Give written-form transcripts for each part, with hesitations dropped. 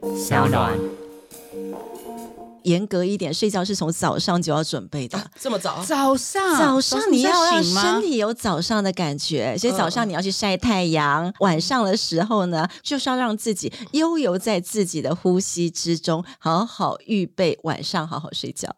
小暖。 严格一点，睡觉是从早上就要准备的。 这么早？ 早上你要让身体有早上的感觉，所以早上你要去晒太阳，晚上的时候呢，就是要让自己悠游在自己的呼吸之中，好好预备晚上好好睡觉。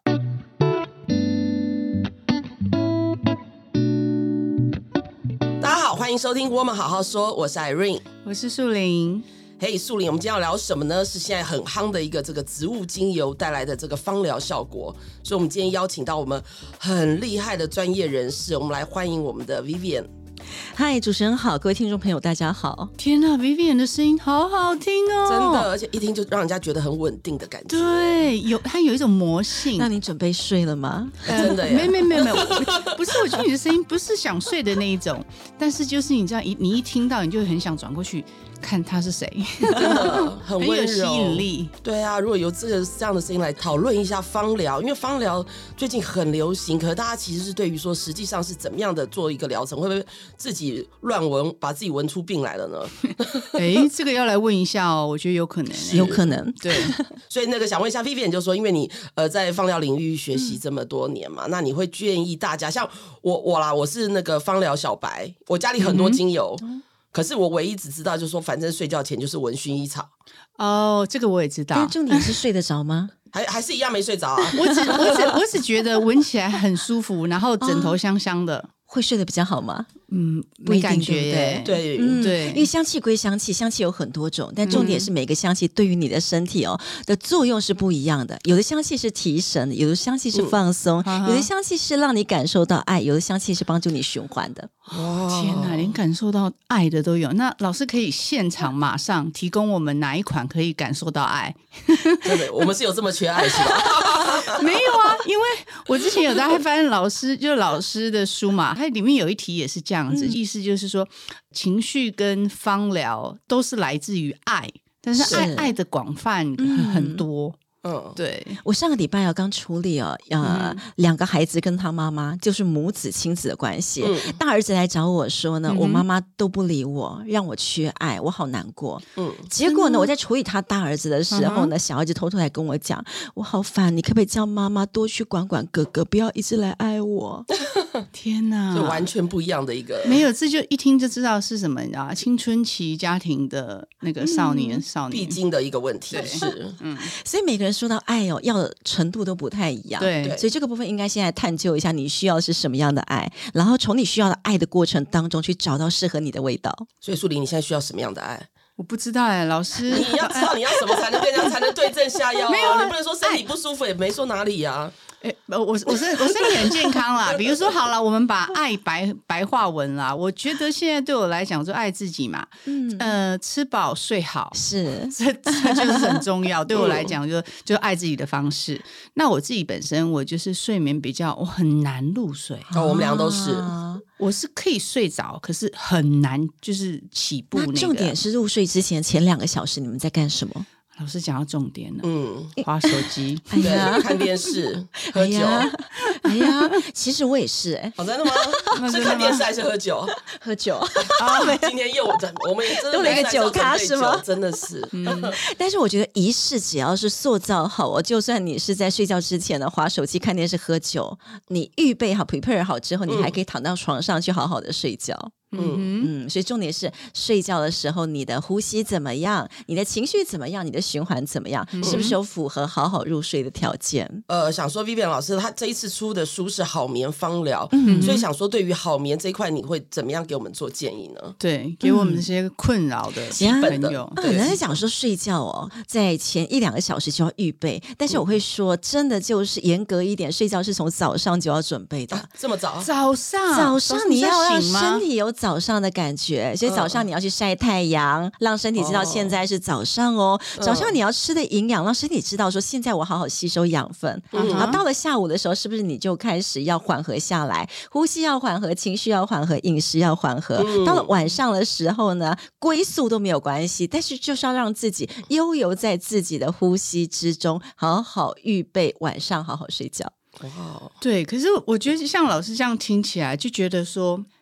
大家好，欢迎收听我们好好说，我是 Irene， 我是树林。 嘿，树林，我们今天要聊什么呢？是现在很夯的一个这个植物精油带来的这个芳疗效果，所以我们今天邀请到我们很厉害的专业人士，我们来欢迎我们的 Vivian。 嗨，主持人好，各位听众朋友大家好。 天哪 Vivian 的声音好好听哦， 真的，而且一听就让人家觉得很稳定的感觉。 对，它有一种魔性。 那你准备睡了吗？ 真的耶， 没有，不是，我觉得你的声音不是想睡的那一种，但是就是你知道，你一听到你就很想转过去看他是谁， 真的很温柔， 很有吸引力。 对啊，如果有这样的声音来讨论一下芳疗，因为芳疗最近很流行，可是大家其实是对于说实际上是怎么样的做一个疗程，会不会自己乱闻，把自己闻出病来了呢？ 这个要来问一下哦，我觉得有可能， 有可能。 对， 所以那个想问一下 Vivian， 就说因为你在芳疗领域学习这么多年嘛，那你会建议大家，像我是那个芳疗小白，我家里很多精油。可是我唯一只知道就是说，反正睡觉前就是闻薰衣草。 哦，这个我也知道。 但重点是睡得着吗？ 还是一样没睡着啊。 我只觉得闻起来很舒服，然后枕头香香的。 会睡得比较好吗？ 不一定，感觉耶。 对， 因为香气归香气，香气有很多种，但重点是每个香气对于你的身体的作用是不一样的。有的香气是提神，有的香气是放松，有的香气是让你感受到爱，有的香气是帮助你循环的。 天哪，连感受到爱的都有。那老师可以现场马上提供我们哪一款可以感受到爱？ 真的，我们是有这么缺爱是吧？ 没有啊，因为我之前有在翻老师的书嘛，它里面有一题也是这样子，意思就是说情绪跟芳疗都是来自于爱，但是爱的广泛很多。对， 我上个礼拜刚处理两个孩子跟他妈妈就是母子亲子的关系。大儿子来找我说呢，我妈妈都不理我，让我缺爱，我好难过。结果呢，我在处理他大儿子的时候呢，小儿子偷偷来跟我讲，我好烦，你可不可以叫妈妈多去管管哥哥，不要一直来爱我。 天哪， 就完全不一样的一个。 没有，这就一听就知道是什么啊，青春期家庭的那个少年必经的一个问题。是， 所以每个人说到爱要的程度都不太一样。 对， 所以这个部分应该现在探究一下你需要的是什么样的爱，然后从你需要的爱的过程当中去找到适合你的味道。 所以树林，你现在需要什么样的爱？ 我不知道老师， 你要知道你要什么才能对这样才能对症下药。没有，你不能说身体不舒服，也没说哪里啊。 我身体很健康啦。比如说好了，我们把爱白话文啦。我觉得现在对我来讲，就爱自己嘛。吃饱睡好是这就是很重要。对我来讲，就爱自己的方式。那我自己本身，我就是睡眠我很难入睡。 我们俩都是。 我是可以睡着，可是很难就是起步。 那重点是入睡之前前2个小时你们在干什么？ 老师讲到重点了，滑手机， 对，看电视，喝酒。 哎呀，其实我也是真的吗？是看电视还是喝酒？ 喝酒。 今天我们也真的都来个酒咖是吗？ 真的是。 但是我觉得仪式只要是塑造好，就算你是在睡觉之前的滑手机、看电视、喝酒，你预备好、prepare 好之后，你还可以躺到床上去好好的睡觉。所以重点是睡觉的时候你的呼吸怎么样，你的情绪怎么样，你的循环怎么样，是不是有符合好好入睡的条件。 想说 Vivian 老师他这一次出的书是好眠芳疗，所以想说对于好眠这一块你会怎么样给我们做建议呢？ 对，给我们这些困扰的朋友。 很难讲说睡觉在前1-2个小时就要预备，但是我会说真的就是严格一点，睡觉是从早上就要准备的。 这么早？ 早上你要让身体有早上的感觉，所以早上你要去晒太阳，让身体知道现在是早上早上你要吃的营养，让身体知道说现在我好好吸收养分。然后到了下午的时候，是不是你就开始要缓和下来，呼吸要缓和，情绪要缓和，饮食要缓和。到了晚上的时候呢，归宿都没有关系，但是就是要让自己悠游在自己的呼吸之中，好好预备晚上好好睡觉。 对，可是我觉得像老师这样听起来就觉得说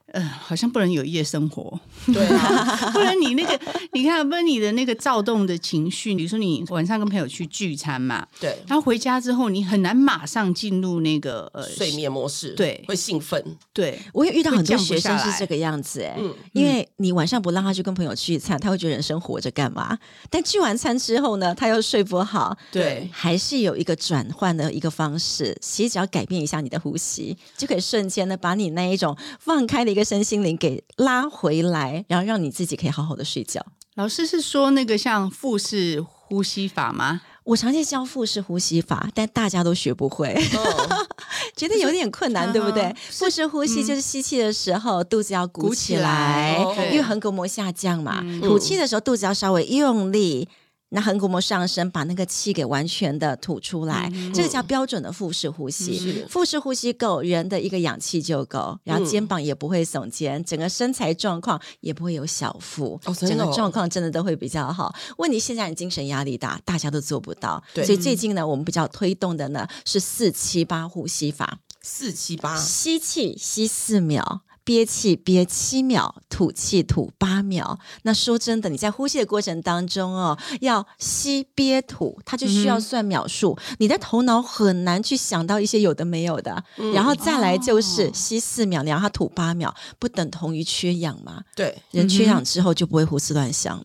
好像不能有夜生活， 对啊， 不然你那个，你看，不然你的那个躁动的情绪，比如说你晚上跟朋友去聚餐嘛， 对， 然后回家之后，你很难马上进入那个睡眠模式， 对， 会兴奋， 对， 我也遇到很多学会降不下来生是这个样子因为你晚上不让他去跟朋友聚餐，他会觉得人生活着干嘛？但聚完餐之后呢，他又睡不好， 对， 还是有一个转换的一个方式，其实只要改变一下你的呼吸，就可以瞬间的把你那一种放开的一个身心灵给拉回来，然后让你自己可以好好的睡觉。 老师是说那个像腹式呼吸法吗？ 我常在教腹式呼吸法，但大家都学不会，觉得有点困难，对不对？腹式呼吸就是吸气的时候肚子要鼓起来，因为横膈膜下降嘛，吐气的时候肚子要稍微用力，那横膈膜上升，把那个气给完全的吐出来，这个叫标准的腹式呼吸。腹式呼吸够，人的一个氧气就够，然后肩膀也不会耸肩，整个身材状况也不会有小腹，整个状况真的都会比较好。问题现在你精神压力大，大家都做不到，所以最近呢，我们比较推动的呢是4-7-8呼吸法。 4-7-8， 吸气吸4秒。憋气憋7秒，吐气吐8秒。那说真的，你在呼吸的过程当中要吸憋吐，它就需要算秒数，你的头脑很难去想到一些有的没有的。然后再来就是吸4秒，你让它吐8秒，不等同于缺氧吗？ 对， 人缺氧之后就不会胡思乱想了。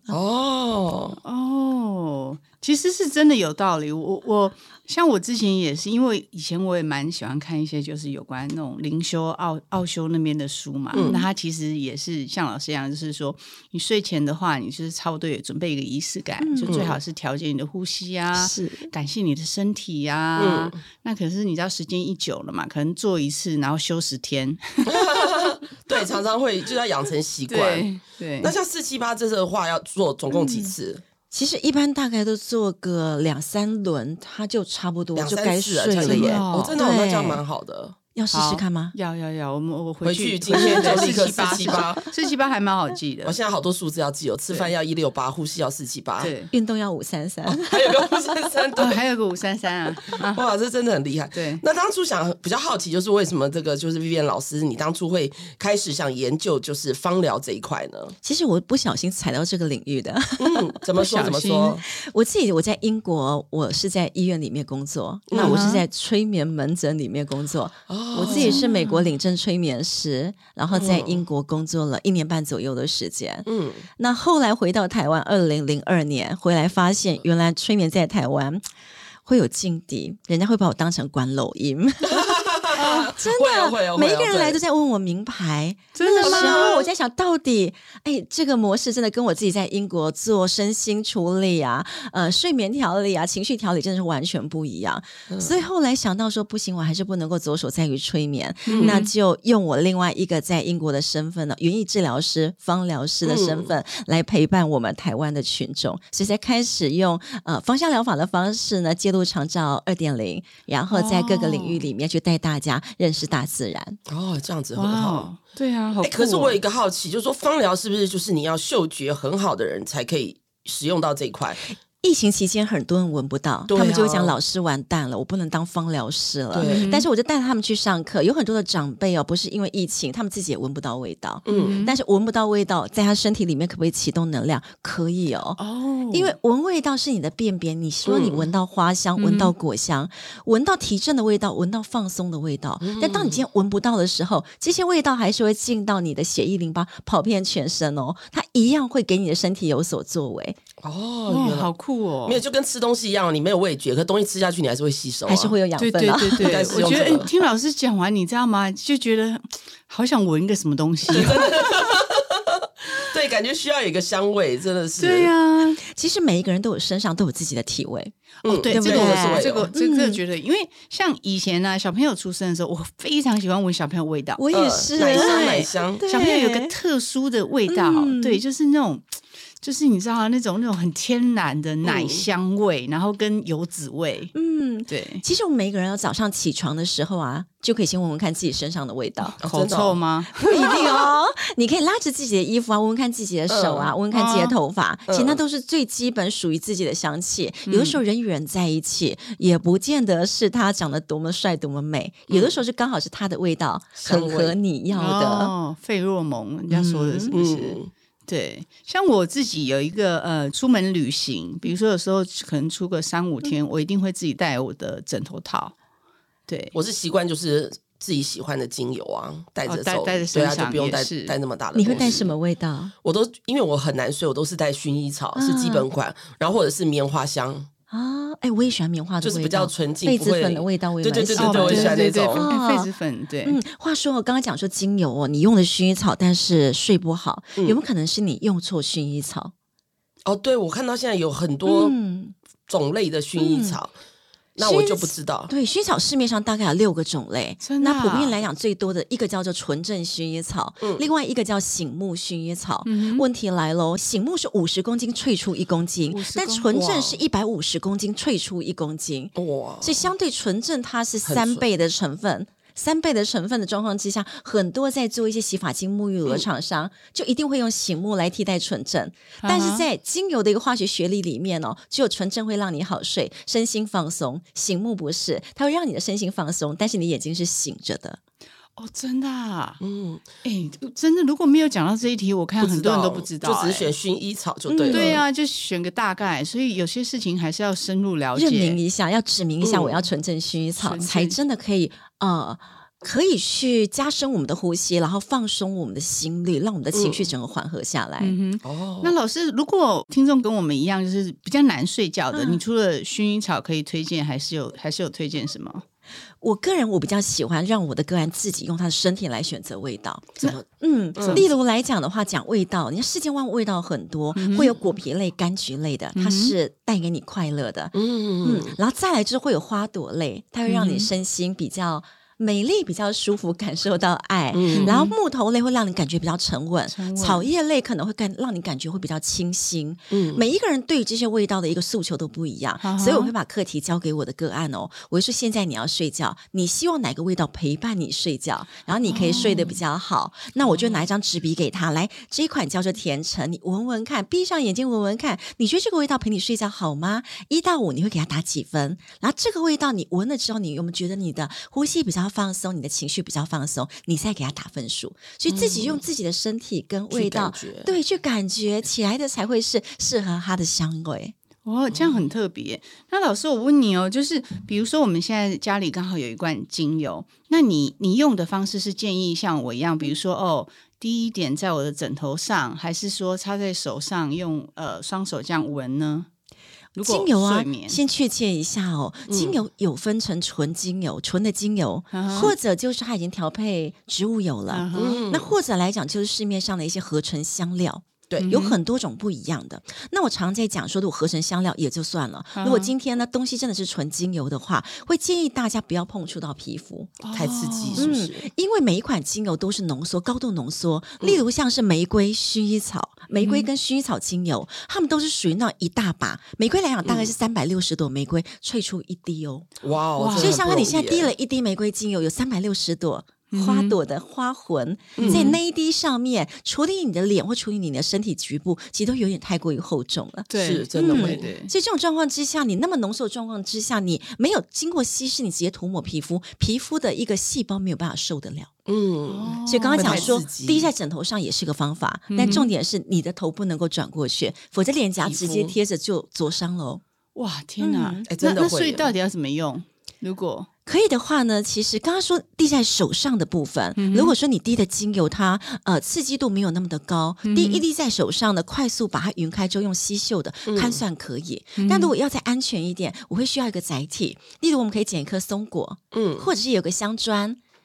其实是真的有道理。我像我之前也是，因为以前我也蛮喜欢看一些就是有关那种灵修奥修那边的书嘛。那他其实也是像老师一样，就是说你睡前的话，你就是差不多也准备一个仪式感，就最好是调节你的呼吸啊，感谢你的身体啊。那可是你知道时间一久了嘛，可能做一次然后休10天。 对，常常会就要养成习惯。对，那像4-7-8这个话要做总共几次？ 其实一般大概都做个2-3轮，它就差不多就该睡了耶。 真的，那这样蛮好的。 要试试看吗？ 要，我回去今天就立刻4-7-8 还蛮好记的。 我现在好多数字要记，吃饭要168，呼吸要4-7-8， 对，运动要5-3-3， 还有个5-3-3，对， 还有个5-3-3啊！ 哇，这真的很厉害。 对， 那当初比较好奇，就是为什么这个就是 Vivian 老师，你当初会开始想研究就是芳疗这一块呢？ 其实我不小心踩到这个领域的。 怎么说？ 我在英国，我是在医院里面工作，那我是在催眠门诊里面工作。我自己是美国领证催眠师，然后在英国工作了1年半左右的时间。那后来回到台湾，2002年回来发现，原来催眠在台湾会有劲敌，人家会把我当成管漏音。真的，每一个人来都在问我名牌， 真的吗？ 那个时候我在想，到底这个模式真的跟我自己在英国做身心处理啊、睡眠调理啊、情绪调理，真的是完全不一样。所以后来想到说，不行，我还是不能够左手在于催眠，那就用我另外一个在英国的身份呢，园艺治疗师、芳疗师的身份来陪伴我们台湾的群众，所以才开始用芳香疗法的方式呢，介入长照2.0，然后在各个领域里面去带大家认识大自然。 这样子很好。 对啊，好酷可是我有一个好奇，就是说芳疗是不是就是你要嗅觉很好的人才可以使用到这一块？ 疫情期间很多人闻不到，他们就会讲老师完蛋了，我不能当芳疗师了。但是我就带他们去上课，有很多的长辈不是因为疫情，他们自己也闻不到味道。但是闻不到味道，在他身体里面可不可以启动能量？可以因为闻味道是你的辨别。你说你闻到花香，闻到果香，闻到提振的味道，闻到放松的味道。但当你今天闻不到的时候，这些味道还是会进到你的血液淋巴，跑遍全身它一样会给你的身体有所作为。 好酷没有，就跟吃东西一样，你没有味觉，可东西吃下去你还是会吸收， 还是会有养分。对， 我觉得听老师讲完，你知道吗？就觉得好想闻一个什么东西。 对，感觉需要有一个香味，真的是。 对啊， 其实每一个人身上都有自己的体味。 对，这个觉得，因为像以前呢，小朋友出生的时候，我非常喜欢闻小朋友味道。 我也是， 奶香， 小朋友有个特殊的味道，对，就是那种。就是你知道那种很天然的奶香味，然后跟油脂味， 对， 其实我们每一个人早上起床的时候啊，就可以先闻闻看自己身上的味道。 口臭吗？ 不一定哦，你可以拉着自己的衣服啊，闻闻看自己的手啊，闻闻看自己的头发，其实那都是最基本属于自己的香气。有的时候人与人在一起，也不见得是他长得多么帅多么美，有的时候是刚好是他的味道很合你要的。 费洛蒙，人家说的是不是？对，像我自己有一个出门旅行，比如说有时候可能出个3-5天，我一定会自己带我的枕头套。对， 我是习惯就是自己喜欢的精油啊，带着走， 带着身上， 对啊，就不用带那么大的。 你会带什么味道？ 我都因为我很难睡，我都是带薰衣草是基本款，然后或者是棉花香。 我也喜欢棉花的味道， 就是比较纯净， 痱子粉的味道我也蛮喜欢。 对，我也喜欢那种痱子粉。对， 话说我刚刚讲说精油哦，你用的薰衣草，但是睡不好，有没有可能是你用错薰衣草？ 对，我看到现在有很多种类的薰衣草。那我就不知道。 对，薰衣草市面上大概有6个种类，那普遍来讲最多的一个叫做纯正薰衣草，另外一个叫醒目薰衣草。问题来咯，醒目是50公斤萃出1公斤，但纯正是150公斤萃出1公斤，哇！所以相对纯正它是3倍的成分。3倍的成分的状况之下，很多在做一些洗发精、沐浴乳的厂商，就一定会用醒目来替代纯正。但是在精油的一个化学学理里面哦，只有纯正会让你好睡、身心放松，醒目不是，它会让你的身心放松，但是你眼睛是醒着的。 真的啊，真的，如果没有讲到这一题，我看很多人都不知道， 就只是选薰衣草就对了。 对啊，就选个大概，所以有些事情还是要深入了解， 认明一下，要指明一下，我要纯正薰衣草，才真的可以可以去加深我们的呼吸，然后放松我们的心率，让我们的情绪整个缓和下来。 那老师，如果听众跟我们一样，就是比较难睡觉的，你除了薰衣草可以推荐，还是有推荐什么？ 我个人比较喜欢让我的个案自己用他的身体来选择味道。例如来讲的话，讲味道，你看世间万物味道很多，会有果皮类、柑橘类的，它是带给你快乐的。然后再来就是会有花朵类，它会让你身心比较美丽，比较舒服，感受到爱。然后木头类会让你感觉比较沉稳，草叶类可能会让你感觉会比较清新。每一个人对于这些味道的一个诉求都不一样，所以我会把课题交给我的个案哦。我会说，现在你要睡觉，你希望哪个味道陪伴你睡觉，然后你可以睡得比较好。那我就拿一张纸笔给他，来，这一款叫做甜橙，你闻闻看，闭上眼睛闻闻看，你觉得这个味道陪你睡觉好吗？1到5你会给他打几分？然后这个味道你闻了之后，你有没有觉得你的呼吸比较放松，你的情绪比较放松，你再给他打分数。所以自己用自己的身体跟味道，对，去感觉起来的才会是适合他的香味。 这样很特别。那老师，我问你哦，就是比如说我们现在家里刚好有一罐精油，那你用的方式是建议像我一样，比如说滴一点在我的枕头上，还是说插在手上用双手这样闻呢？ 精油啊，先确切一下哦。精油有分成纯精油、纯的精油，或者就是它已经调配植物油了。那或者来讲，就是市面上的一些合成香料。对，有很多种不一样的。那我常在讲说，如果合成香料也就算了，如果今天呢东西真的是纯精油的话，会建议大家不要碰触到皮肤， 太刺激是不是？ 因为每一款精油都是浓缩、高度浓缩，例如像是玫瑰、薰衣草。玫瑰跟薰衣草精油，它们都是属于那种一大把。玫瑰来讲，大概是360朵玫瑰萃出1滴哦。 哇！ 所以像你现在滴了1滴玫瑰精油，有360朵花朵的花魂在那一滴上面，处理你的脸或处理你的身体局部，其实都有点太过于厚重了。 对， 是真的会。 所以这种状况之下，你那么浓缩的状况之下，你没有经过稀释，你直接涂抹皮肤，皮肤的一个细胞没有办法受得了。所以刚刚讲说滴在枕头上也是个方法，但重点是你的头不能够转过去，否则脸颊直接贴着就灼伤了。 哇，天哪！ 真的会。 那所以到底要怎么用？如果可以的话呢，其实刚刚说滴在手上的部分，如果说你滴的精油它刺激度没有那么的高，滴一滴在手上的快速把它匀开之后用吸嗅的，看算可以。但如果要再安全一点，我会需要一个载体，例如我们可以捡一颗松果，或者是有个香砖。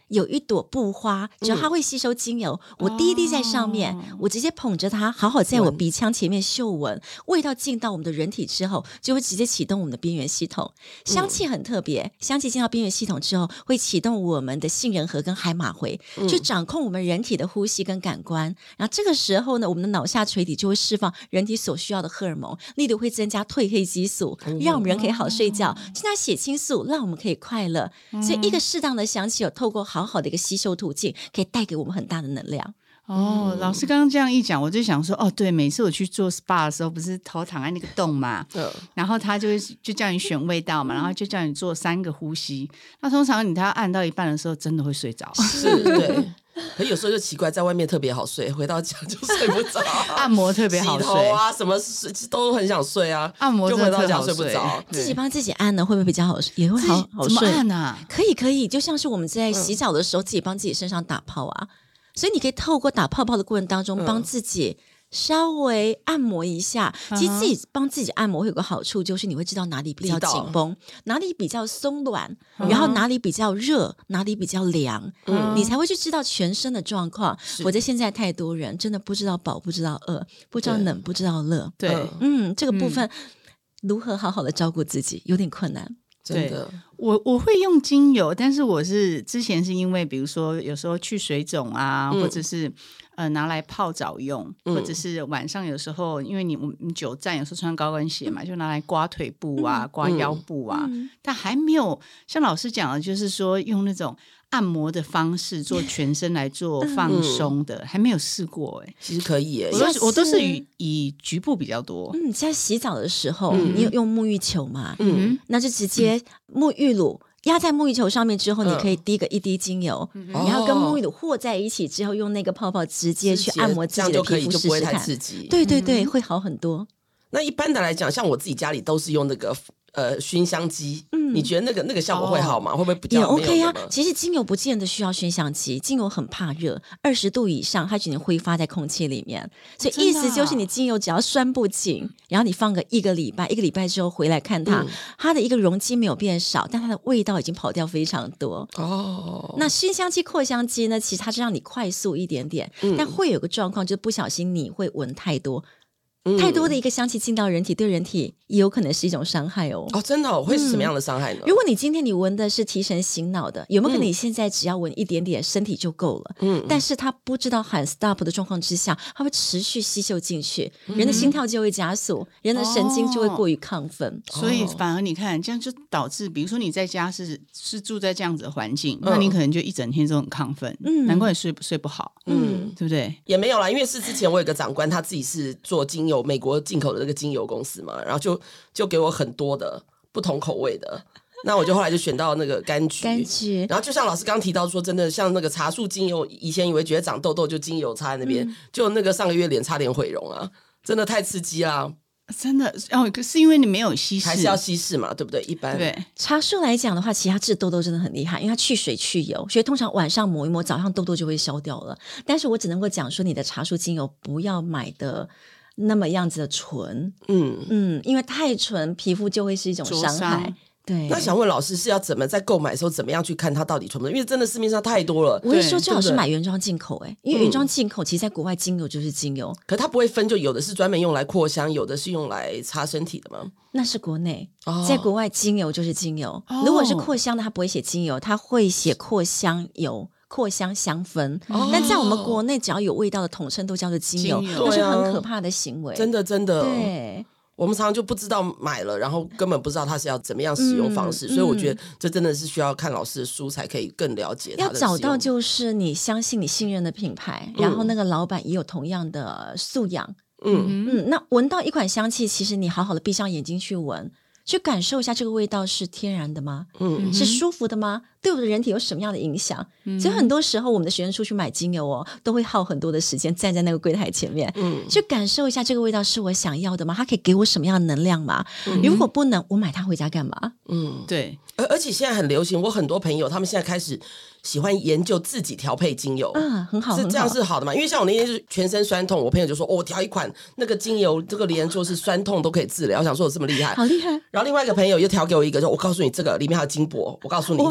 有一朵布花，只要它会吸收精油，我滴一滴在上面，我直接捧着它，好好在我鼻腔前面嗅闻，味道进到我们的人体之后，就会直接启动我们的边缘系统。香气很特别，香气进到边缘系统之后，会启动我们的杏仁核跟海马回，去掌控我们人体的呼吸跟感官。然后这个时候呢，我们的脑下垂体就会释放人体所需要的荷尔蒙，例如会增加褪黑激素，让我们人可以好睡觉；增加血清素，让我们可以快乐。所以一个适当的香气有透过好好的一个吸收途径，可以带给我们很大的能量。 老师刚刚这样一讲，我就想说，对，每次我去做 SPA 的时候，不是头躺在那个洞嘛，然后他就叫你选味道嘛，然后就叫你做3个呼吸。那通常他按到一半的时候，真的会睡着。 是，对。可有时候就奇怪，在外面特别好睡，回到家就睡不着。 按摩特别好睡， 洗头啊，什么都很想睡啊。 按摩就回到家睡不着。 自己帮自己按呢，会不会比较好？也会好睡？ 怎么按啊？ 可以，就像是我们在洗澡的时候，自己帮自己身上打泡啊。所以你可以透过打泡泡的过程当中，帮自己稍微按摩一下。其实自己帮自己按摩会有个好处，就是你会知道哪里比较紧绷，哪里比较松软，然后哪里比较热，哪里比较凉，你才会去知道全身的状况。否则现在太多人真的不知道饱，不知道饿，不知道冷，不知道热。 对， 这个部分如何好好的照顾自己，有点困难。 真的， 我会用精油，但是我是之前是因为比如说有时候去水肿啊，或者是拿来泡澡用，或者是晚上有时候因为你久站有时候穿高跟鞋嘛，就拿来刮腿部啊，刮腰部啊，但还没有像老师讲的，就是说用那种按摩的方式做全身来做放松的，还没有试过其实可以耶， 我都是以局部比较多。 在洗澡的时候，你有用沐浴球嘛？那就直接沐浴乳压在沐浴球上面之后，你可以滴个1滴精油，然后跟沐浴乳和在一起之后，用那个泡泡直接去按摩自己的皮肤， 就不会太刺激。 对，会好很多。 那一般的来讲，像我自己家里都是用那个熏香机，你觉得那个效果会好吗？会不会比较也 OK 啊？其实精油不见得需要熏香机，精油很怕热，20度以上它只能挥发在空气里面。所以意思就是你精油只要拴不紧，然后你放个1个礼拜，1个礼拜之后回来看它的一个容积没有变少，但它的味道已经跑掉非常多。那熏香机、扩香机呢？其实它是让你快速一点点，但会有个状况，就是不小心你会闻太多。太多的一个香气进到人体，对人体也有可能是一种伤害哦。 真的会是什么样的伤害呢？ 如果你今天你闻的是提神醒脑的，有没有可能你现在只要闻一点点，身体就够了？但是它不知道喊 stop 的状况之下，它会持续吸收进去，人的心跳就会加速，人的神经就会过于亢奋。 所以反而你看，这样就导致，比如说你在家是住在这样子的环境，那你可能就一整天都很亢奋，难怪你睡不好，对不对？ 也没有啦，因为是之前我有个长官，他自己是做精油。美国进口的那个精油公司嘛，然后就给我很多的不同口味的，那我就后来就选到那个柑橘，然后就像老师刚提到说，真的像那个茶树精油，以前以为觉得长痘痘就精油擦在那边，就那个上个月脸差点毁容啊，真的太刺激啦。 真的是因为你没有稀释， 还是要稀释嘛，对不对？一般对茶树来讲的话，其实它治痘痘真的很厉害，因为它去水去油，所以通常晚上抹一抹，早上痘痘就会消掉了。但是我只能够讲说，你的茶树精油不要买的那么样子的纯，因为太纯，皮肤就会是一种伤害。对， 那想问老师是要怎么在购买的时候怎么样去看它到底纯不纯？因为真的市面上太多了。 我会说最好是买原装进口，因为原装进口其实在国外精油就是精油， 可它不会分，就有的是专门用来扩香，有的是用来擦身体的吗？ 那是国内，在国外精油就是精油。如果是扩香的，它不会写精油，它会写扩香油。扩香香氛，但在我们国内只要有味道的统称都叫做精油，那是很可怕的行为。 真的对， 我们常常就不知道买了，然后根本不知道它是要怎么样使用方式，所以我觉得这真的是需要看老师的书才可以更了解它的使用。 要找到就是你相信你信任的品牌，然后那个老板也有同样的素养。那闻到一款香气，其实你好好的闭上眼睛去闻，去感受一下这个味道是天然的吗？是舒服的吗？对我的人体有什么样的影响？所以很多时候我们的学生出去买精油都会耗很多的时间站在那个柜台前面，去感受一下这个味道是我想要的吗？它可以给我什么样的能量吗？如果不能，我买它回家干嘛？ 对。 而且现在很流行，我很多朋友他们现在开始喜欢研究自己调配精油， 很好， 这样是好的嘛？因为像我那天就是全身酸痛，我朋友就说我调一款那个精油，这个连说是酸痛都可以治疗。我想说我这么厉害， 好厉害。 然后另外一个朋友又调给我一个，我告诉你这个里面还有金箔，我告诉你这个是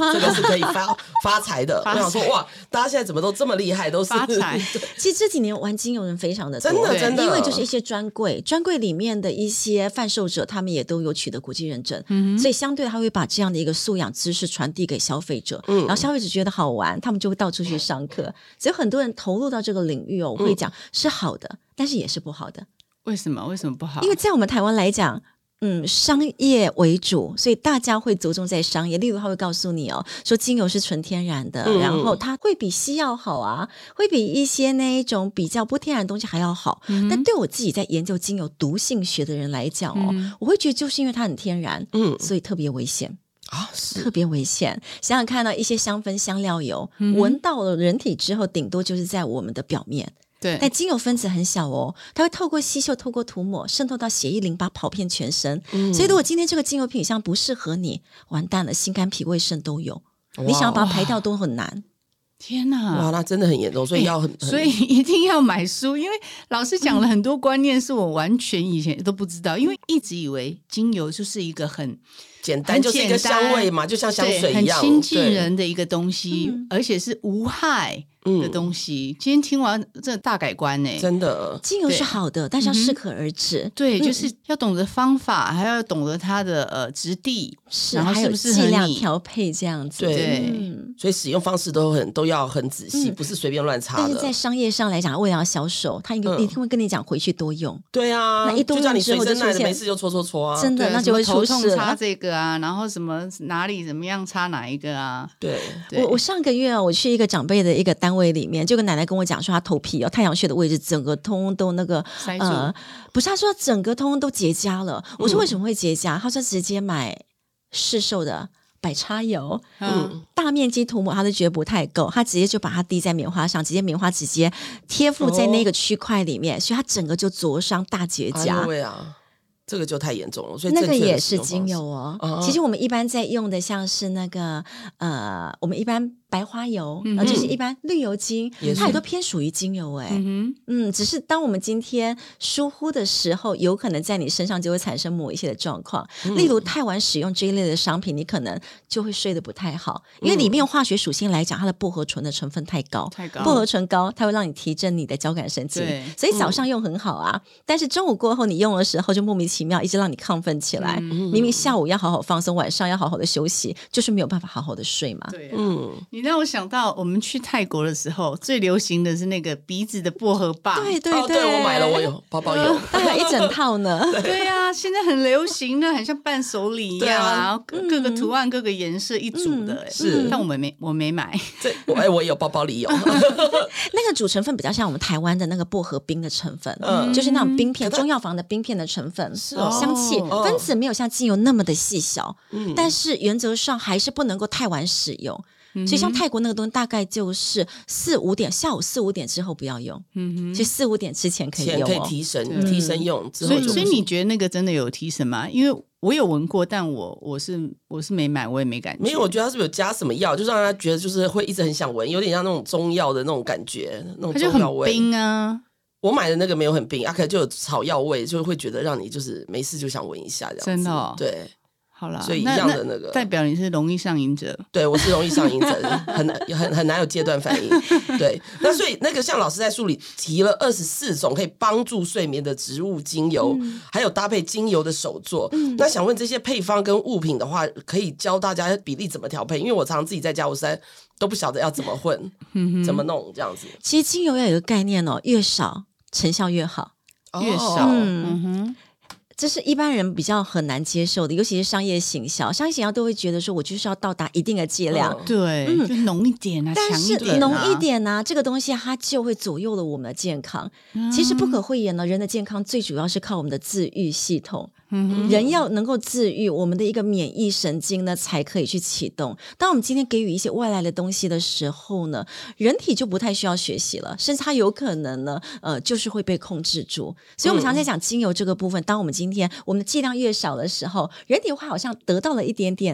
可以发财的。我想说哇，大家现在怎么都这么厉害，都是发财。 其实这几年玩精油人非常的多， 真的， 因为就是一些专柜里面的一些贩售者，他们也都有取得国际认证，所以相对他会把这样的一个素养知识传递给消费者，然后消费者觉得好玩，他们就会到处去上课。所以很多人投入到这个领域我会讲是好的，但是也是不好的。 为什么不好？ 因为在我们台湾来讲，商业为主，所以大家会着重在商业。例如他会告诉你说精油是纯天然的，然后它会比西药好啊，会比一些那一种比较不天然的东西还要好。但对我自己在研究精油毒性学的人来讲我会觉得就是因为它很天然，所以特别危险。特别危险。想想看到一些香氛香料油，闻到了人体之后，顶多就是在我们的表面。 对， 但精油分子很小它会透过吸嗅、透过涂抹渗透到血液淋巴，跑遍全身。所以如果今天这个精油品相不适合你，完蛋了，心肝脾胃肾都有，你想要把它排掉都很难。 天哪， 哇，那真的很严重，所以所以一定要买书，因为老师讲了很多观念是我完全以前都不知道，因为一直以为精油就是一个很简单，就是一个香味嘛，就像香水一样， 很亲近人的一个东西，而且是无害的东西。今天听完这大改观呢， 真的， 精油是好的，但是要适可而止。 对，就是要懂得方法，还要懂得它的质地，然后是不是剂量调配这样子。 对，所以使用方式都要很仔细，不是随便乱擦的。 但是在商业上来讲，为了要销售，他一定会跟你讲回去多用。 对啊， 那一多用之后就出现没事就搓啊， 真的那就会出事了。 擦这个啊，然后什么哪里怎么样擦哪一个啊？ 对， 我上个月我去一个长辈的一个单位里面，就跟奶奶跟我讲说，她头皮太阳穴的位置整个通都那个塞住， 不是，她说整个通都结痂了。我说为什么会结痂？她说直接买市售的百擦油，大面积涂抹他都觉得不太够，他直接就把它滴在棉花上，直接棉花直接贴附在那个区块里面，所以他整个就灼伤大结痂。 对啊，这个就太严重了，所以那个也是精油其实我们一般在用的像是那个我们一般白花油，就是一般绿油精，它也都偏属于精油只是当我们今天疏忽的时候，有可能在你身上就会产生某一些的状况，例如太晚使用这一类的商品，你可能就会睡得不太好，因为里面化学属性来讲，它的薄荷醇的成分太高，薄荷醇高，它会让你提振你的交感神经，所以早上用很好啊，但是中午过后你用的时候就莫名其妙一直让你亢奋起来，明明下午要好好放松，晚上要好好的休息，就是没有办法好好的睡嘛。 对你让我想到我们去泰国的时候，最流行的是那个鼻子的薄荷棒。 对， 我买了，我有包包有， 还有一整套呢。 对啊，现在很流行的，很像伴手礼一样然后各个图案、各个颜色一组的。 是， 但我没买。 我有包包里有。 那个主成分比较像我们台湾的那个薄荷冰的成分，就是那种冰片，中药房的冰片的成分，香气分子没有像精油那么的细小，但是原则上还是不能够太晚使用。所以像泰国那个东西大概就是4-5点，下午4-5点之后不要用，所以4-5点之前可以用可以提神用。 所以你觉得那个真的有提神吗？因为我有闻过，但我是没买，我也没感觉。 没有，我觉得它是不是有加什么药，就让他觉得就是会一直很想闻，有点像那种中药的那种感觉，那种中药味。 它就很冰啊。 我买的那个没有很冰，可能就有草药味，就会觉得让你就是没事就想闻一下这样子。 真的对。 好啦， 所以一样的那个代表你是容易上瘾者。 对，我是容易上瘾者，很难有阶段反应。对，那所以那个像老师在书里提了24种可以帮助睡眠的植物精油，还有搭配精油的手作。那想问这些配方跟物品的话，可以教大家比例怎么调配？因为我常常自己在家，我实在都不晓得要怎么混，怎么弄这样子。 其实精油要有一个概念越少成效越好， 越少。 这是一般人比较很难接受的，尤其是商业行销都会觉得说我就是要到达一定的剂量， 对，就浓一点啊，强一点啊， 浓一点啊，这个东西它就会左右了我们的健康。其实不可讳言呢，人的健康最主要是靠我们的自愈系统。人要能够自愈，我们的一个免疫神经呢才可以去启动。当我们今天给予一些外来的东西的时候呢，人体就不太需要学习了，甚至它有可能呢就是会被控制住。所以我们常在讲精油这个部分，当我们今天我们的剂量越少的时候，人体会好像得到了一点点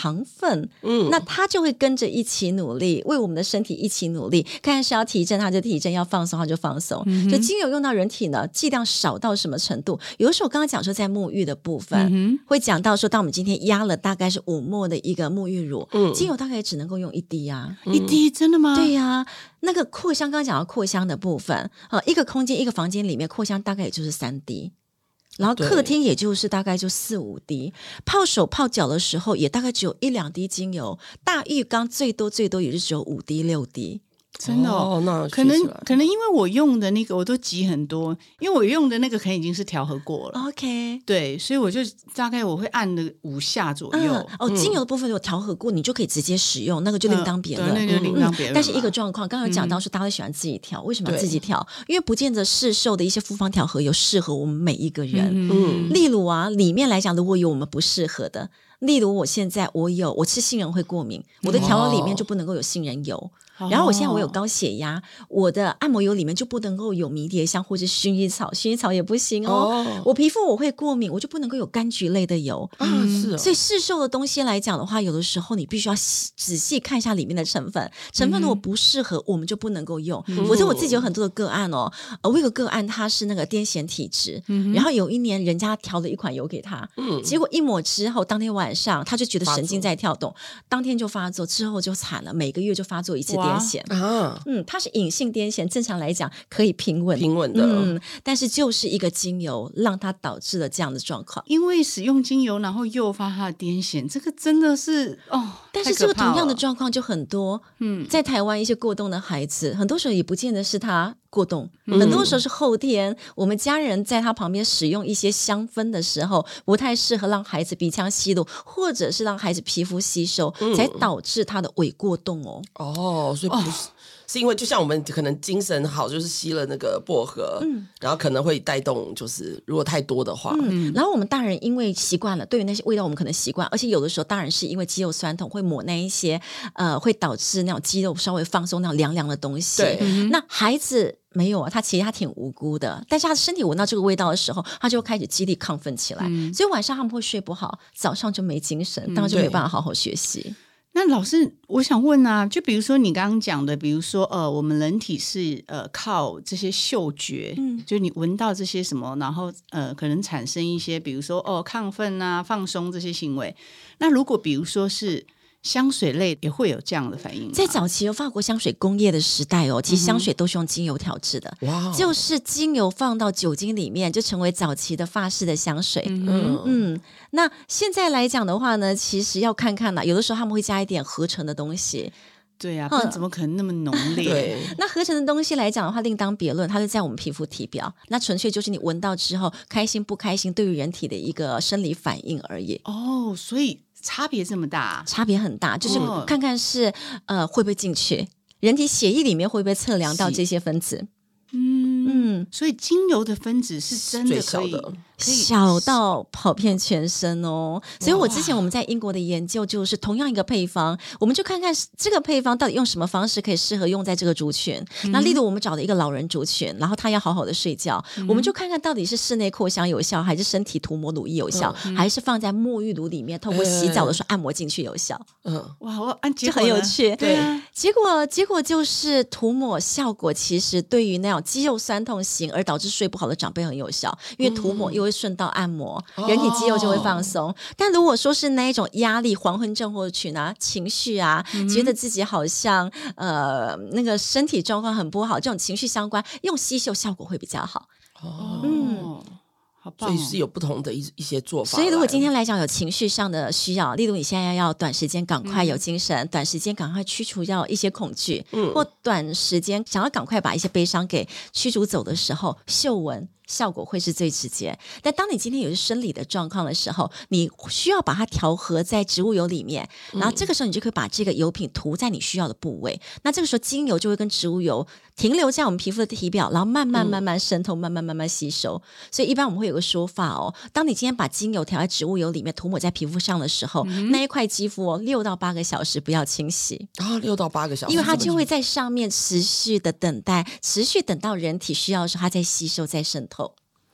糖分，那它就会跟着一起努力，为我们的身体一起努力。看是要提振它就提振，要放松它就放松。就精油用到人体呢，剂量少到什么程度？有的时候我刚刚讲说在沐浴的部分，会讲到说，当我们今天压了大概是5ml的一个沐浴乳，精油大概只能够用1滴啊 ，1滴真的吗？ 对呀，那个扩香，刚刚讲到扩香的部分，一个空间一个房间里面扩香大概也就是3滴。然后客厅也就是大概就4-5滴，泡手泡脚的时候也大概只有1-2滴精油，大浴缸最多也就只有5滴6滴。 真的那可能因为我用的那个我都挤很多，因为我用的那个可能已经是调和过了。 OK， 对，所以我就大概我会按了5下左右。 精油的部分有调和过，你就可以直接使用，那个就另当别论。 那就另当别论。 但是一个状况，刚刚有讲到说大家喜欢自己调，为什么要自己调？因为不见得市售的一些复方调和有适合我们每一个人。例如啊，里面来讲，如果有我们不适合的。例如我现在我吃杏仁会过敏，我的调油里面就不能够有杏仁油。然后我现在我有高血压，我的按摩油里面就不能够有迷迭香或者薰衣草，薰衣草也不行我皮肤我会过敏，我就不能够有柑橘类的油是所以市售的东西来讲的话，有的时候你必须要仔细看一下里面的成分如果不适合我们就不能够用。否则我自己有很多的个案我有个个案他是那个癫痫体质，然后有一年人家调了一款油给他，结果一抹之后当天晚上他就觉得神经在跳动，当天就发作，之后就惨了，每个月就发作一次癫痫它是隐性癫痫，正常来讲可以平稳的但是就是一个精油让它导致了这样的状况， 因为使用精油然后诱发他的癫痫，这个真的是但是这个同样的状况就很多在台湾一些过动的孩子，很多时候也不见得是他过动，很多时候是后天我们家人在他旁边使用一些香氛的时候不太适合让孩子鼻腔吸入，或者是让孩子皮肤吸收，才导致他的伪过动所以不是因为就像我们可能精神好就是吸了那个薄荷然后可能会带动就是如果太多的话然后我们大人因为习惯了，对于那些味道我们可能习惯，而且有的时候当然是因为肌肉酸痛会抹那一些会导致那种肌肉稍微放松那种凉凉的东西。那孩子没有他其实他挺无辜的，但是他的身体闻到这个味道的时候，他就开始激励亢奋起来所以晚上他们会睡不好，早上就没精神当然就没办法好好学习。 那老师我想问啊，就比如说你刚刚讲的，比如说我们人体是靠这些嗅觉就你闻到这些什么，然后可能产生一些比如说亢奋啊放松这些行为。那如果比如说是香水类也会有这样的反应吗？ 在早期法国香水工业的时代其实香水都是用精油调制的就是精油放到酒精里面就成为早期的法式的香水那现在来讲的话呢，其实要看看有的时候他们会加一点合成的东西。 对啊，不然怎么可能那么浓烈对， 那合成的东西来讲的话另当别论，它是在我们皮肤体表，那纯粹就是你闻到之后开心不开心对于人体的一个生理反应而已所以差别这么大？ 差别很大，就是看看是会不会进去人体血液里面，会不会测量到这些分子所以精油的分子是真的可以小到跑遍全身所以我之前我们在英国的研究就是同样一个配方，我们就看看这个配方到底用什么方式可以适合用在这个族群那例如我们找了一个老人族群，然后他要好好的睡觉我们就看看到底是室内扩香有效，还是身体涂抹乳液有效还是放在沐浴乳里面透过洗澡的时候按摩进去有效哇，我按就很有趣对结果就是涂抹效果其实对于那种肌肉酸痛型而导致睡不好的长辈很有效，因为涂抹又会顺道按摩人体肌肉就会放松但如果说是那一种压力黄昏症或群情绪觉得自己好像那个身体状况很不好，这种情绪相关用吸嗅效果会比较好好棒所以是有不同的一些做法。 所以如果今天来讲有情绪上的需要，例如你现在要短时间赶快有精神短时间赶快驱除掉一些恐惧或短时间想要赶快把一些悲伤给驱逐走的时候，嗅闻效果会是最直接。但当你今天有些生理的状况的时候，你需要把它调和在植物油里面然后这个时候你就可以把这个油品涂在你需要的部位那这个时候精油就会跟植物油停留在我们皮肤的体表，然后慢慢渗透慢慢吸收。所以一般我们会有个说法当你今天把精油调在植物油里面涂抹在皮肤上的时候那一块肌肤6到8个小时不要清洗 6到8个小时， 因为它就会在上面持续的等待，持续等到人体需要的时候它再吸收再渗透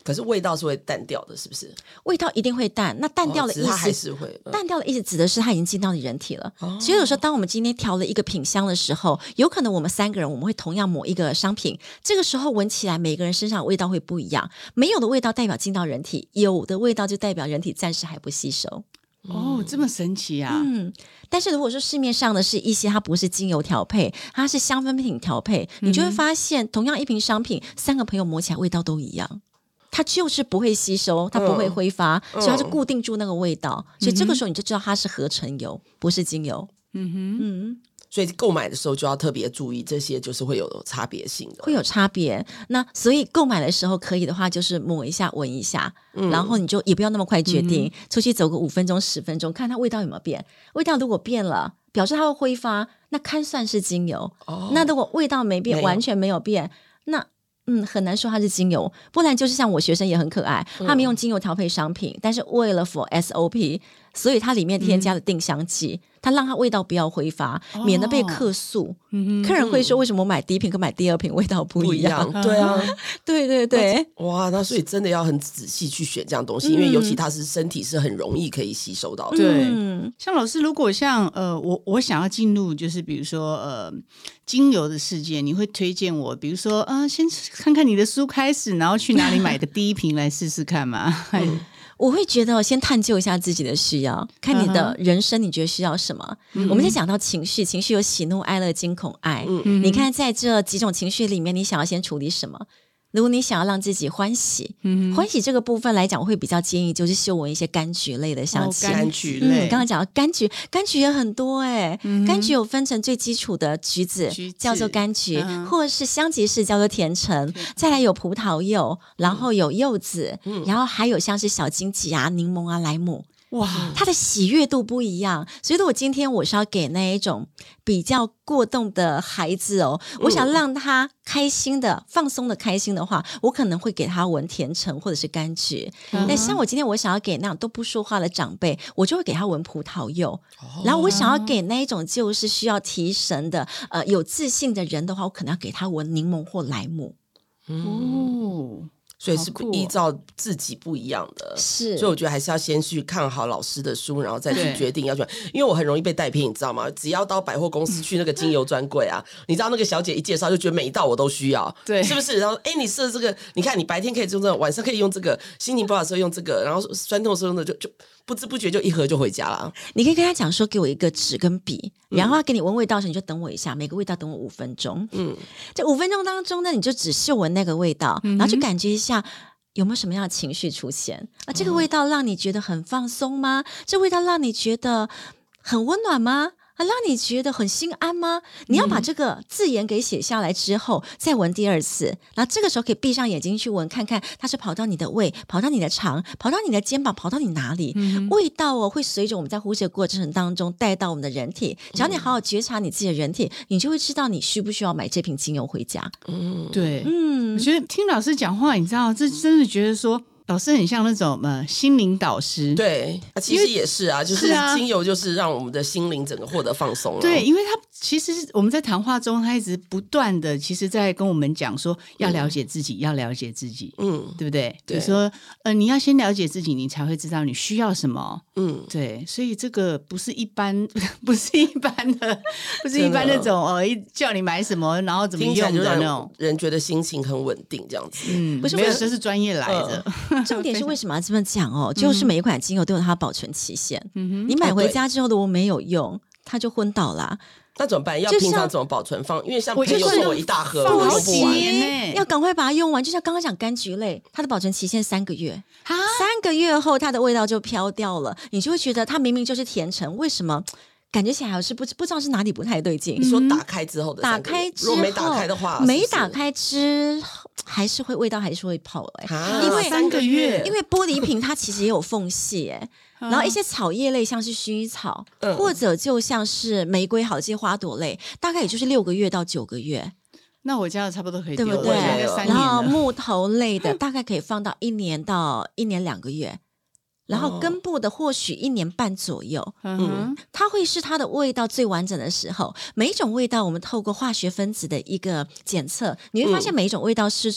可是味道是会淡掉的，是不是？ 味道一定会淡，那淡掉的意思， 它还是会淡掉的意思指的是它已经进到你人体了。所以有时候当我们今天调了一个品香的时候，有可能我们3个人我们会同样抹一个商品，这个时候闻起来每个人身上的味道会不一样，没有的味道代表进到人体，有的味道就代表人体暂时还不吸收。 哦，这么神奇啊！ 但是如果说市面上的是一些它不是精油调配，它是香氛品调配，你就会发现同样一瓶商品3个朋友抹起来味道都一样，它就是不会吸收，它不会挥发，所以它就固定住那个味道，所以这个时候你就知道它是合成油，不是精油。 所以购买的时候就要特别注意，这些就是会有差别性的， 会有差别。那所以购买的时候可以的话，就是抹一下、闻一下，然后你就也不要那么快决定，出去走个5分钟、10分钟，看它味道有没有变。味道如果变了，表示它会挥发，那看算是精油。那如果味道没变，完全没有变，那很难说它是精油。不然就是像我学生也很可爱，他们用精油调配商品，但是为了 for SOP， 所以它里面添加了定香剂。它让它味道不要挥发，免得被客诉。客人会说为什么我买第一瓶跟买第2瓶味道不一样？ 对啊， 对对对。 哇，那所以真的要很仔细去选这样东西，因为尤其它是身体是很容易可以吸收到的。 对，像老师，如果像我想要进入就是比如说精油的世界，你会推荐我比如说先看看你的书开始，然后去哪里买个第一瓶来试试看嘛？ 我会觉得先探究一下自己的需要，看你的人生你觉得需要什么。我们在讲到情绪有喜怒哀乐惊恐爱，你看在这几种情绪里面，你想要先处理什么？如果你想要让自己欢喜，欢喜这个部分来讲，我会比较建议就是嗅闻一些柑橘类的香气。 柑橘类， 刚刚讲到柑橘也很多柑橘有分成最基础的橘子叫做柑橘，或者是香吉士叫做甜橙，再来有葡萄柚，然后有柚子，然后还有像是小金桔啊、柠檬啊、莱姆。哇，它的喜悦度不一样，所以如果今天我是要给那一种比较过动的孩子我想让他开心的、放松的开心的话，我可能会给他闻甜橙或者是柑橘。但像我今天我想要给那样都不说话的长辈，我就会给他闻葡萄柚。然后我想要给那一种就是需要提神的、有自信的人的话，我可能要给他闻柠檬或莱姆。 所以是依照自己不一样的， 是， 所以我觉得还是要先去看好老师的书，然后再去决定要选。因为我很容易被带偏，你知道吗？只要到百货公司去那个精油专柜啊，你知道那个小姐一介绍就觉得每一道我都需要，对，是不是？然后你试了这个，你看你白天可以用这个，晚上可以用这个，心情不好的时候用这个，然后酸痛的时候用的就不知不觉就一盒就回家了。 你可以跟他讲说，给我一个纸跟笔，然后他给你闻味道的时候，你就等我一下，每个味道等我5分钟。这5分钟当中呢，你就只嗅闻那个味道，然后去感觉一下。有没有什么样的情绪出现这个味道让你觉得很放松吗？这味道让你觉得很温暖吗？让你觉得很心安吗？你要把这个字眼给写下来之后再闻第2次，然后这个时候可以闭上眼睛去闻，看看它是跑到你的胃，跑到你的肠，跑到你的肩膀，跑到你哪里。味道会随着我们在呼吸的过程当中带到我们的人体，只要你好好觉察你自己的人体，你就会知道你需不需要买这瓶精油回家。 对，我觉得听老师讲话，你知道这真的觉得说老师很像那种心灵导师。 对，其实也是啊，就是精油就是让我们的心灵整个获得放松了。 对，因为他其实我们在谈话中，他一直不断的其实在跟我们讲说要了解自己，要了解自己，对不对？比如说你要先了解自己，你才会知道你需要什么。对，所以这个不是一般不是一般那种叫你买什么然后怎么用的那种， 人觉得心情很稳定这样子。 不是，没有，这是专业来的。 重点是为什么要这么讲就是每一款精油都有它的保存期限。你买回家之后的我没有用，它就昏倒啦。 那怎么办？要平常怎么保存放？因为像朋友送我一大盒，我好几年要赶快把它用完。就像刚刚讲柑橘类，它的保存期限3个月，3个月后它的味道就飘掉了，你就会觉得它明明就是甜橙，为什么感觉起来是不知道是哪里不太对劲？ 你说打开之后的3个月，如果没打开的话， 没打开之后还是会味道还是会跑因为3个月， 因为玻璃瓶它其实也有缝隙然后一些草叶类像是薰衣草，或者就像是玫瑰好这些花朵类，大概也就是6个月到9个月。 那我家的差不多可以丢， 对不对？ 然后木头类的大概可以放到1年到1年2个月。然后根部的或许1年半左右，它会是它的味道最完整的时候。每一种味道我们透过化学分子的一个检测，你会发现每一种味道是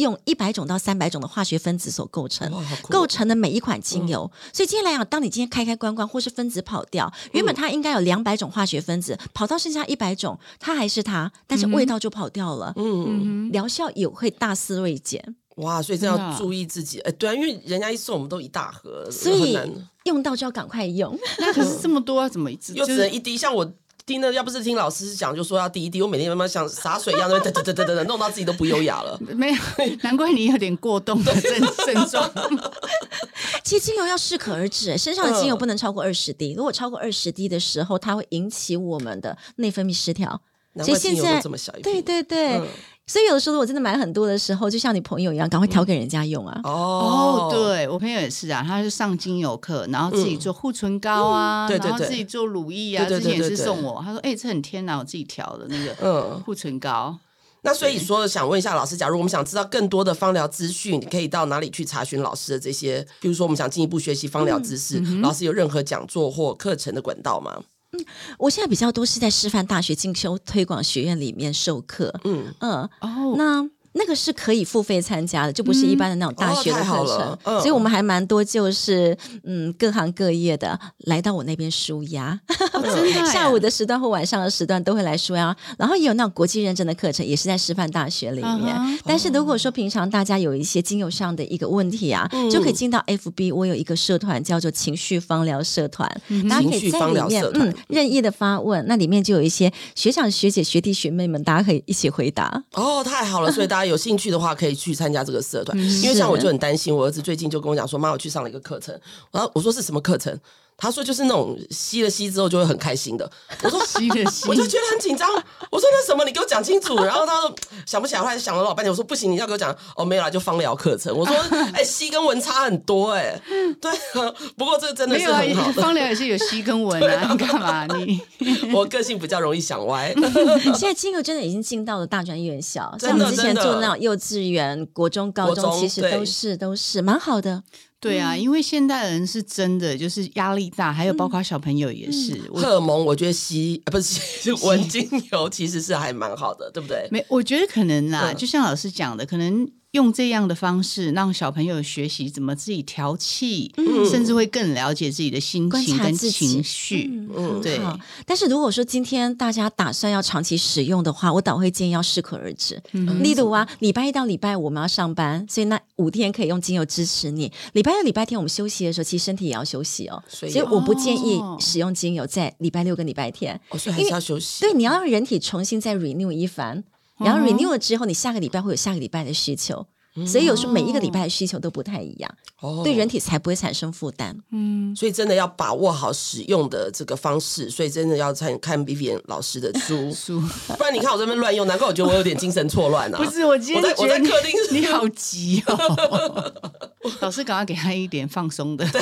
用100种到300种的化学分子所构成，构成的每一款精油。所以今天来讲，当你今天开关关，或是分子跑掉，原本它应该有200种化学分子，跑到剩下100种，它还是它，但是味道就跑掉了，疗效也会大肆锐减。 哇，所以这要注意自己。对啊，因为人家一送我们都一大盒， 所以用到就要赶快用。 那可是这么多要怎么又只能一滴？像我听的，要不是听老师讲，就说要滴一滴，我每天慢慢像洒水一样，等，弄到自己都不优雅了。 没有，难怪你有点过动的症状。 其实精油要适可而止，身上的精油不能超过20滴。如果超过20滴的时候，它会引起我们的内分泌失调。 难怪精油都这么小一瓶。 对。所以有的时候我真的买很多的时候，就像你朋友一样，赶快挑给人家用啊。 对，我朋友也是啊，他是上精油课，然后自己做护唇膏啊，然后自己做乳液啊，之前也是送我，他说这很天然，我自己调的那个护唇膏。 那所以说想问一下老师，假如我们想知道更多的芳疗资讯，你可以到哪里去查询老师的这些，比如说我们想进一步学习芳疗知识，老师有任何讲座或课程的管道吗？ 我现在比较多是在师范大学进修推广学院里面授课。那个是可以付费参加的，就不是一般的那种大学的课程。所以我们还蛮多就是各行各业的来到我那边抒压。下午的时段或晚上的时段都会来抒压，然后也有那种国际认证的课程，也是在师范大学里面。但是如果说平常大家有一些精油上的一个问题啊，就可以进到 FB， 我有一个社团叫做情绪芳疗社团，大家可以在里面任意的发问，那里面就有一些学长学姐学弟学妹们，大家可以一起回答。 太好了，所以大家有兴趣的话可以去参加这个社团。因为像我就很担心，我儿子最近就跟我讲说，妈，我去上了一个课程。我说是什么课程？他说就是那种吸了吸之后就会很开心的。我说吸了吸， 我就觉得很紧张。我说那什么，你给我讲清楚。然后他说想不起来，后来想了老半天。我说不行，你要给我讲。没有啦，就芳疗课程。我说吸跟闻差很多对。不过这个真的是很好的。 芳疗也是有吸跟闻啊，你干嘛你？ 我个性比较容易想歪。 现在精油真的已经进到了大专院校，像我们之前做那种幼稚园、国中、高中，其实都是蛮好的。 对啊，因为现代人是真的就是压力大，还有包括小朋友也是。 荷尔蒙我觉得不是闻精油其实是还蛮好的，对不对？ 我觉得可能啦，就像老师讲的，可能用这样的方式让小朋友学习怎么自己调气，甚至会更了解自己的心情跟情绪。对。 但是如果说今天大家打算要长期使用的话，我倒会建议要适可而止。例如礼拜一到礼拜五我们要上班，所以那5天可以用精油支持你。礼拜六、礼拜天我们休息的时候，其实身体也要休息所以我不建议使用精油在礼拜六跟礼拜天， 所以还是要休息。 对，你要让人体重新再 renew 一番。然后 renew 了之后，你下个礼拜会有下个礼拜的需求，所以有时候每一个礼拜的需求都不太一样，对人体才不会产生负担。 所以真的要把握好使用的这个方式，所以真的要看 Vivian 老师的书，不然你看我这边乱用，难怪我觉得我有点精神错乱啊。 不是，我今天我在客厅， 你好急老师赶快给他一点放松的。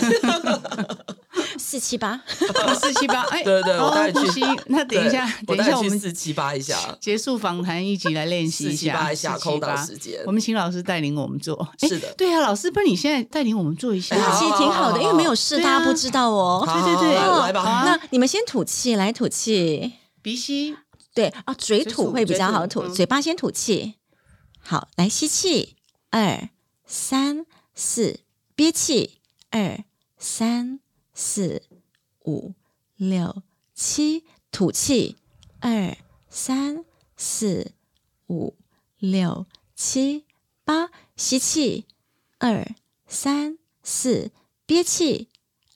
478 478， 对，我待会去。 那等一下我们 478一下， 结束访谈一起来练习一下 478一下空档时间。 我们请老师带领我们做。 是的， 对啊，老师，不然你现在带领我们做一下， 其实挺好的，因为没有事，大家不知道对， 来吧。 那你们先吐气，来吐气， 鼻吸， 对嘴吐会比较好吐，嘴巴先吐气。好，来吸气，2、3、4，憋气，2、3、4、5、6、7，吐气，2、3、4、5、6、7、8，吸气，2、3、4，憋气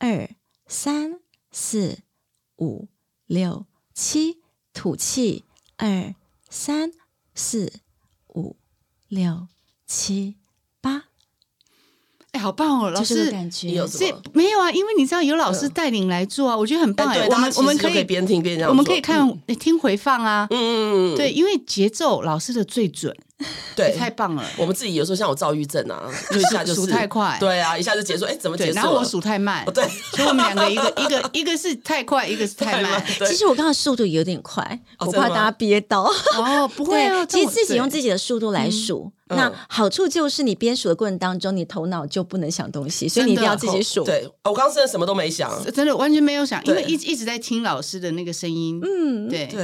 ，2、3、4、5、6、7，吐气，2、3、4、5、6、7、8。 好棒哦，老师， 就是感觉有什么？ 没有啊，因为你知道有老师带领来做啊，我觉得很棒。我们可以边听边讲， 我们可以听回放啊。对，因为节奏老师的最准。 对， 太棒了。 我们自己有时候像我躁郁症啊，就一下就是数太快， 对啊，一下就结束，怎么结束了？ 然后我数太慢， 对， 所以我们两个一个是太快，一个是太慢。 其实我刚刚速度有点快，我怕大家憋到。 不会啊， 其实自己用自己的速度来数，那好处就是你边数的过程当中，你头脑就不能想东西，所以你一定要自己数。 对，我刚刚真的什么都没想， 真的完全没有想，因为一直在听老师的那个声音。 对。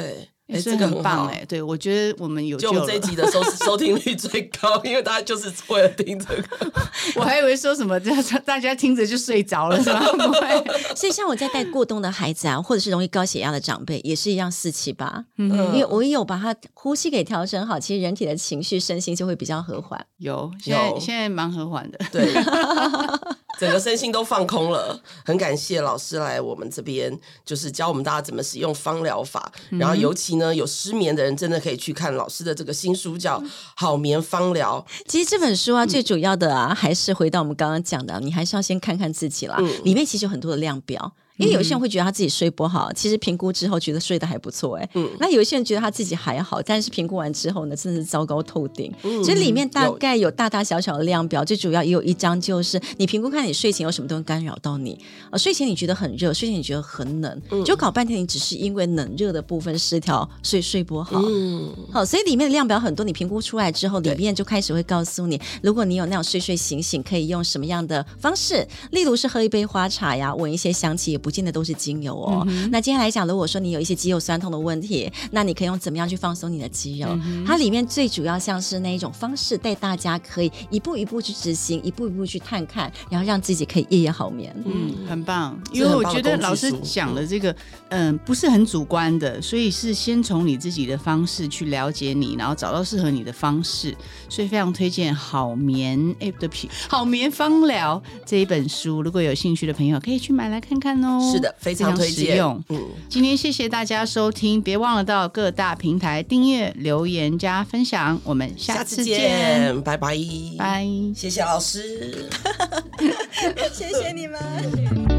这个很棒对，我觉得我们有救了。 就我们这一集的收听率最高，因为大家就是为了听这个。 我还以为说什么大家听着就睡着了是吧？不会。 所以像我在带过动的孩子啊，或者是容易高血压的长辈，也是一样478。因为我有把他呼吸给调整好，其实人体的情绪身心就会比较和缓。 有，现在蛮和缓的。 对。整个身心都放空了，很感谢老师来我们这边，就是教我们大家怎么使用芳疗法。然后尤其呢，有失眠的人真的可以去看老师的这个新书，叫《好眠芳疗》。 其实这本书啊，最主要的啊，还是回到我们刚刚讲的，你还是要先看看自己啦。里面其实有很多的量表。因为有些人会觉得他自己睡不好，其实评估之后觉得睡得还不错那有些人觉得他自己还好，但是评估完之后呢，真的是糟糕透顶。所以里面大概有大大小小的量表，最主要也有一张就是你评估看你睡前有什么东西干扰到你。睡前你觉得很热，睡前你觉得很冷，就搞半天你只是因为冷热的部分失调，所以睡不好。好，所以里面的量表很多，你评估出来之后，里面就开始会告诉你，如果你有那种睡睡醒醒，可以用什么样的方式，例如是喝一杯花茶呀，闻一些香气，也不见得都是精油那接下来讲，如果说你有一些肌肉酸痛的问题，那你可以用怎么样去放松你的肌肉它里面最主要像是那一种方式，带大家可以一步一步去执行，一步一步去探看，然后让自己可以夜夜好眠。 很棒。因为我觉得老师讲的这个不是很主观的，所以是先从你自己的方式去了解你，然后找到适合你的方式，所以非常推荐好眠好眠芳疗这一本书，如果有兴趣的朋友可以去买来看看哦。 是的，非常推荐。 实用今天谢谢大家收听，别忘了到各大平台订阅、留言加分享，我们下次见， 拜拜， 拜， 谢谢老师， 谢谢你们。